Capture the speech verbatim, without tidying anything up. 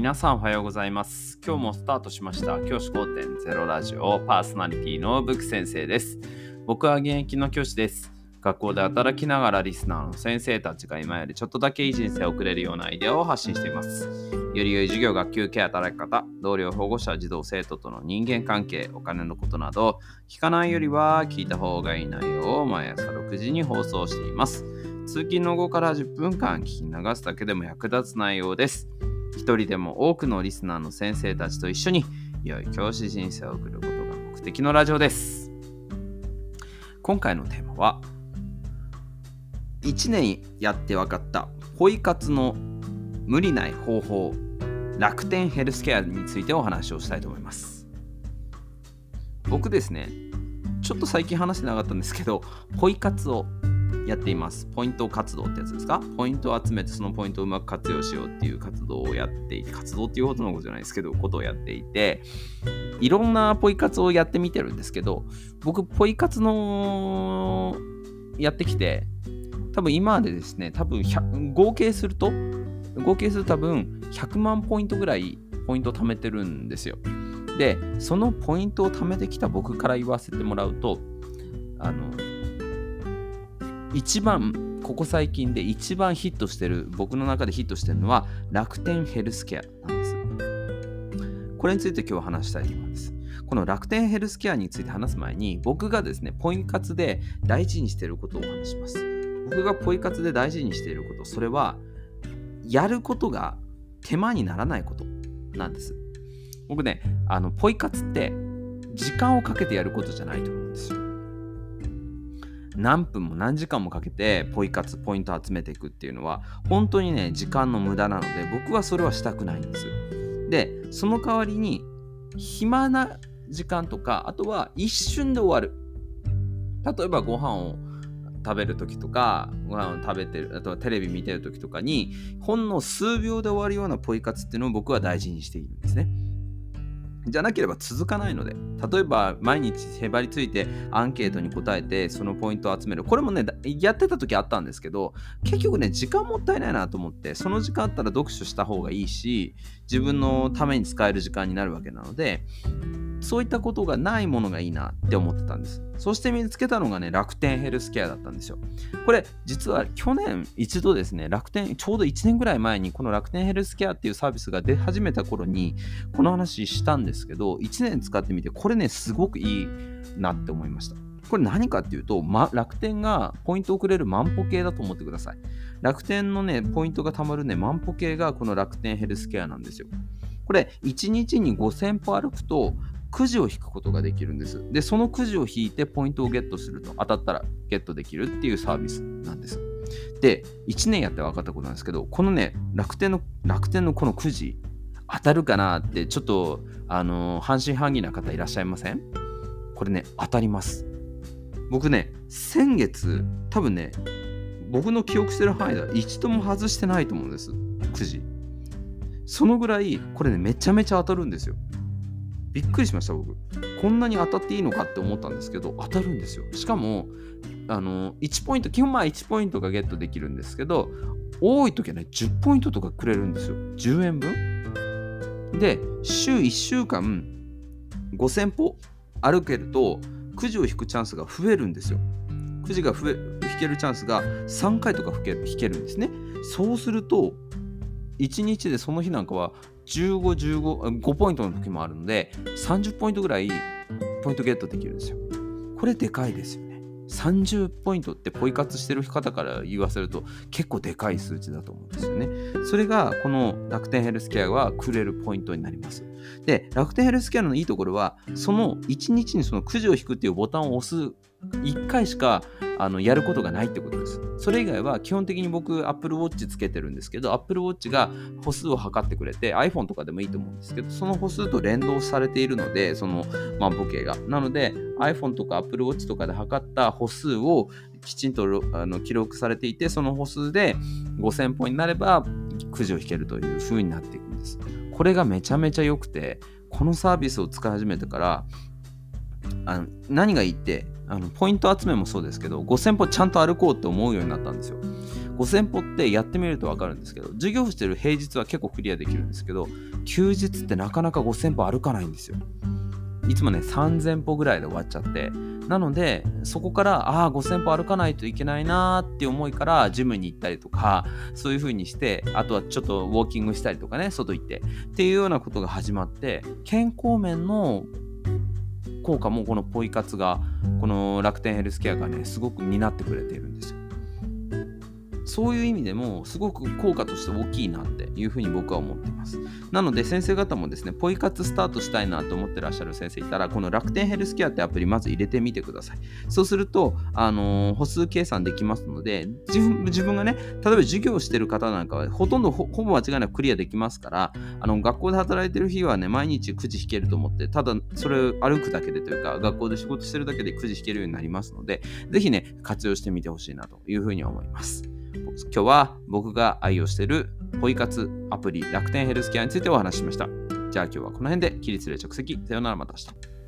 皆さんおはようございます。今日もスタートしました教師 ごてんゼロ ラジオパーソナリティのブク先生です。僕は現役の教師です。学校で働きながらリスナーの先生たちが今よりちょっとだけいい人生を送れるようなアイデアを発信しています。より良い授業、学級ケア、働き方、同僚、保護者、児童、生徒との人間関係、お金のことなど聞かないよりは聞いた方がいい内容を毎朝ろくじに放送しています。通勤の後からじゅっぷんかん聞き流すだけでも役立つ内容です。一人でも多くのリスナーの先生たちと一緒に良い教師人生を送ることが目的のラジオです。今回のテーマはいちねんやって分かったポイ活の無理ない方法、楽天ヘルスケアについてお話をしたいと思います。僕ですね、ちょっと最近話してなかったんですけど、ポイ活をやっています。ポイント活動ってやつですか？ポイントを集めてそのポイントをうまく活用しようっていう活動をやっていて、活動っていうほどのことじゃないですけど、ことをやっていて、いろんなポイ活をやってみてるんですけど、僕ポイ活のやってきて、多分今までですね、多分合計すると合計すると多分ひゃくまんポイントぐらいポイントを貯めてるんですよ。で、そのポイントを貯めてきた僕から言わせてもらうと、あの一番ここ最近で一番ヒットしてる、僕の中でヒットしてるのは楽天ヘルスケアなんです。これについて今日話したいと思います。この楽天ヘルスケアについて話す前に、僕がですねポイ活で大事にしていることをお話します。僕がポイ活で大事にしていること、それはやることが手間にならないことなんです。僕ね、あのポイ活って時間をかけてやることじゃないと思うんですよ。何分も何時間もかけてポイ活ポイントを集めていくっていうのは本当にね時間の無駄なので、僕はそれはしたくないんですよ。で、その代わりに暇な時間とか、あとは一瞬で終わる、例えばご飯を食べるときとか、ご飯を食べてる、あとはテレビ見てるときとかにほんの数秒で終わるようなポイ活っていうのを僕は大事にしているんですね。じゃなければ続かないので、例えば毎日へばりついてアンケートに答えてそのポイントを集める、これもねやってた時あったんですけど、結局ね時間もったいないなと思って、その時間あったら読書した方がいいし、自分のために使える時間になるわけなので、そういったことがないものがいいなって思ってたんです。そして見つけたのがね楽天ヘルスケアだったんですよ。これ実は去年一度ですね、楽天ちょうどいちねんぐらい前にこの楽天ヘルスケアっていうサービスが出始めた頃にこの話したんですけど、いちねん使ってみてこれねすごくいいなって思いました。これ何かっていうと、ま、楽天がポイントをくれる万歩計だと思ってください。楽天のねポイントが貯まるね万歩計がこの楽天ヘルスケアなんですよ。これいちにちにごせんぽ歩くとくじを引くことができるんです。で、そのくじを引いてポイントをゲットすると、当たったらゲットできるっていうサービスなんです。で、いちねんやって分かったことなんですけど、このね楽天の楽天のこのくじ当たるかなってちょっとあのー、半信半疑な方いらっしゃいません？これね当たります。僕ね先月多分ね僕の記憶してる範囲では一度も外してないと思うんです、くじ。そのぐらいこれねめちゃめちゃ当たるんですよ。びっくりしました。僕こんなに当たっていいのかって思ったんですけど、当たるんですよ。しかもあのいちポイント、基本まあいちポイントがゲットできるんですけど、多い時はねじゅっポイントとかくれるんですよ。じゅうえんぶんで、週いっしゅうかんごせんぽ歩けるとくじを引くチャンスが増えるんですよ。くじが増え引けるチャンスがさんかいとか引ける、引けるんですね。そうするといちにちでその日なんかはじゅうご、じゅうご、ごポイントの時もあるのでさんじゅっポイントぐらいポイントゲットできるんですよ。これでかいですよね。さんじゅうポイントってポイ活してる方から言わせると結構でかい数値だと思うんですよね。それがこの楽天ヘルスケアはくれるポイントになります。で、楽天ヘルスケアのいいところは、そのいちにちにそのくじを引くっていうボタンを押すいっかいしかあのやることがないってことです。それ以外は基本的に僕 Apple Watch つけてるんですけど、 Apple Watch が歩数を測ってくれて、 iPhone とかでもいいと思うんですけど、その歩数と連動されているので、その万歩計がなので iPhone とか Apple Watch とかで測った歩数をきちんとあの記録されていて、その歩数でごせんぽになればくじを引けるという風になっていくんです。これがめちゃめちゃ良くて、このサービスを使い始めてからあの何がいいって、あのポイント集めもそうですけど、ごせんぽちゃんと歩こうって思うようになったんですよ。ごせんぽってやってみると分かるんですけど、授業してる平日は結構クリアできるんですけど、 休日ってなかなかごせんぽ歩かないんですよ。いつもねさんぜんぽぐらいで終わっちゃって、なのでそこからああごせんぽ歩かないといけないなーって思いからジムに行ったりとか、そういう風にして、あとはちょっとウォーキングしたりとかね、外行ってっていうようなことが始まって、健康面の効果もこのポイ活が、この楽天ヘルスケアがねすごく担ってくれているんですよ。そういう意味でもすごく効果として大きいなっていうふうに僕は思っています。なので先生方もですね、ポイ活スタートしたいなと思ってらっしゃる先生いたら、この楽天ヘルスケアってアプリまず入れてみてください。そうすると、あのー歩数計算できますので、自分自分がね、例えば授業をしてる方なんかはほとんど ほ, ほぼ間違いなくクリアできますから、あの学校で働いてる日はね、毎日くじ引けると思って、ただそれを歩くだけでというか、学校で仕事してるだけでくじ引けるようになりますので、ぜひね、活用してみてほしいなというふうに思います。今日は僕が愛用しているポイ活アプリ楽天ヘルスケアについてお話ししました。じゃあ今日はこの辺で起立例着席。さようなら、また明日。